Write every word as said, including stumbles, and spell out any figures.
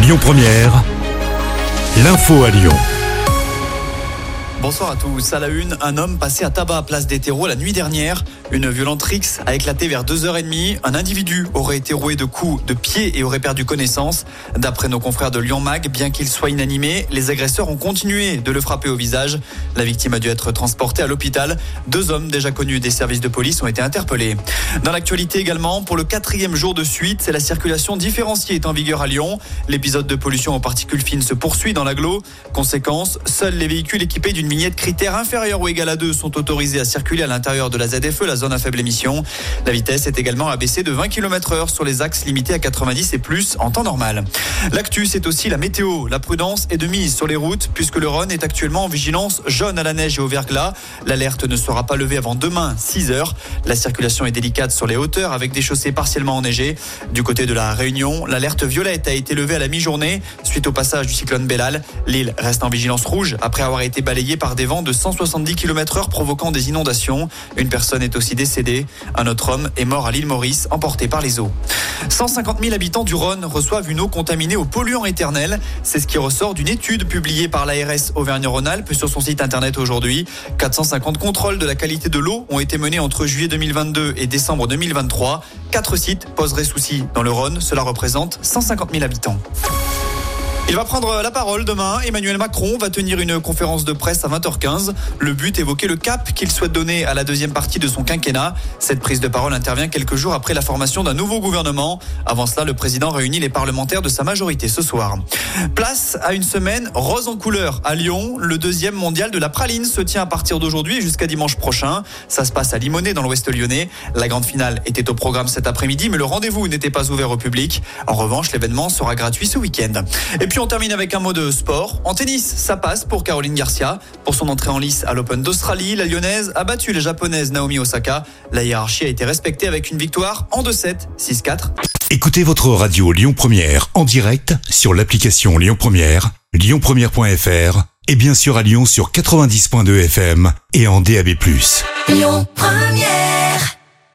Lyon Première, l'info à Lyon. Bonsoir à tous. À la une, un homme passé à tabac à Place des Terreaux la nuit dernière. Une violente rixe a éclaté vers deux heures trente. Un individu aurait été roué de coups de pied et aurait perdu connaissance. D'après nos confrères de Lyon Mag, bien qu'il soit inanimé, les agresseurs ont continué de le frapper au visage. La victime a dû être transportée à l'hôpital. Deux hommes déjà connus des services de police ont été interpellés. Dans l'actualité également, pour le quatrième jour de suite, la circulation différenciée est en vigueur à Lyon. L'épisode de pollution aux particules fines se poursuit dans l'agglo. Conséquence, seuls les véhicules équipés d'une vignette critère inférieure ou égale à deux sont autorisés à circuler à l'intérieur de la Z F E, la zone à faible émission. La vitesse est également abaissée de vingt kilomètres heure sur les axes limités à quatre-vingt-dix et plus en temps normal. L'actu, c'est aussi la météo. La prudence est de mise sur les routes puisque le Rhône est actuellement en vigilance jaune à la neige et au verglas. L'alerte ne sera pas levée avant demain, six heures. La circulation est délicate sur les hauteurs avec des chaussées partiellement enneigées. Du côté de la Réunion, l'alerte violette a été levée à la mi-journée suite au passage du cyclone Bellal. L'île reste en vigilance rouge après avoir été balayée par des vents de cent soixante-dix kilomètres heure provoquant des inondations. Une personne est aussi décédée. Un autre homme est mort à l'île Maurice, emporté par les eaux. cent cinquante mille habitants du Rhône reçoivent une eau contaminée aux polluants éternels. C'est ce qui ressort d'une étude publiée par l'A R S Auvergne-Rhône-Alpes sur son site internet aujourd'hui. quatre cent cinquante contrôles de la qualité de l'eau ont été menés entre juillet deux mille vingt-deux et décembre deux mille vingt-trois. Quatre sites poseraient souci dans le Rhône. Cela représente cent cinquante mille habitants. Il va prendre la parole demain. Emmanuel Macron va tenir une conférence de presse à vingt heures quinze. Le but, évoquer le cap qu'il souhaite donner à la deuxième partie de son quinquennat. Cette prise de parole intervient quelques jours après la formation d'un nouveau gouvernement. Avant cela, le président réunit les parlementaires de sa majorité ce soir. Place à une semaine rose en couleur à Lyon. Le deuxième mondial de la praline se tient à partir d'aujourd'hui jusqu'à dimanche prochain. Ça se passe à Limonest dans l'ouest lyonnais. La grande finale était au programme cet après-midi, mais le rendez-vous n'était pas ouvert au public. En revanche, l'événement sera gratuit ce week-end. Et puis on termine avec un mot de sport. En tennis, ça passe pour Caroline Garcia. Pour son entrée en lice à l'Open d'Australie, la Lyonnaise a battu la Japonaise Naomi Osaka. La hiérarchie a été respectée avec une victoire en deux sept, six quatre. Écoutez votre radio Lyon Première en direct sur l'application Lyon Première, lyon première point f r et bien sûr à Lyon sur quatre-vingt-dix virgule deux F M et en D A B plus. Lyon Première.